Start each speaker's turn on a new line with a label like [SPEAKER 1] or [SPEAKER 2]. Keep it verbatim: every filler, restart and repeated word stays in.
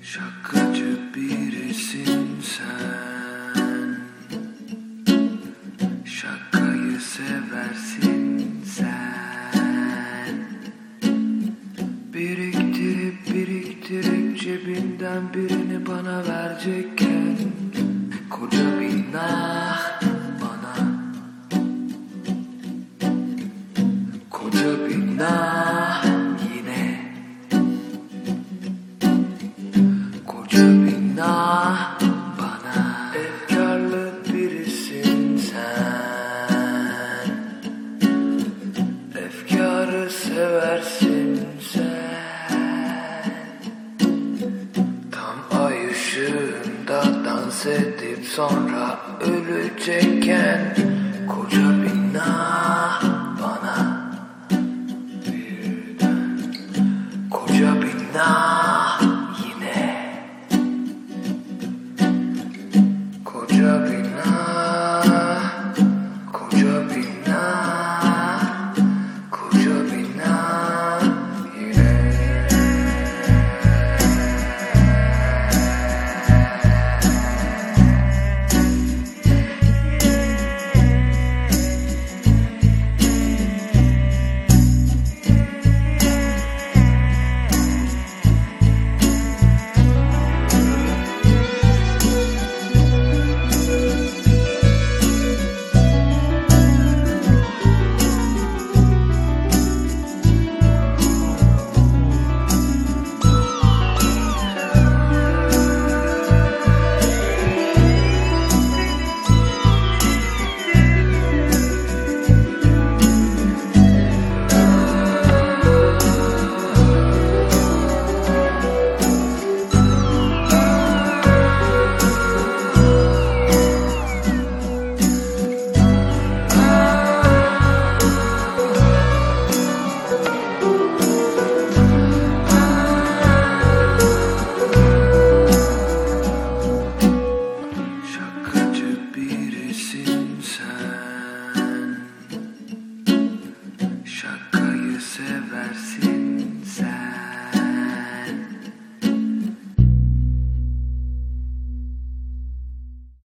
[SPEAKER 1] Şakacı birisin sen, şakayı seversin sen. Biriktirip biriktirip cebinden birini bana verecekken koca bir nah bana, koca bir nah yine, koca bir nah bana. Efkarlı birisin sen, efkarı seversin sen. Tam ay ışığında dans edip sonra ölecekken koca bir nah bana, birden koca bir nah yine, koca bir nah, koca bir nah, koca bir nah yine. Şakacı birisin sen, şakayı seversin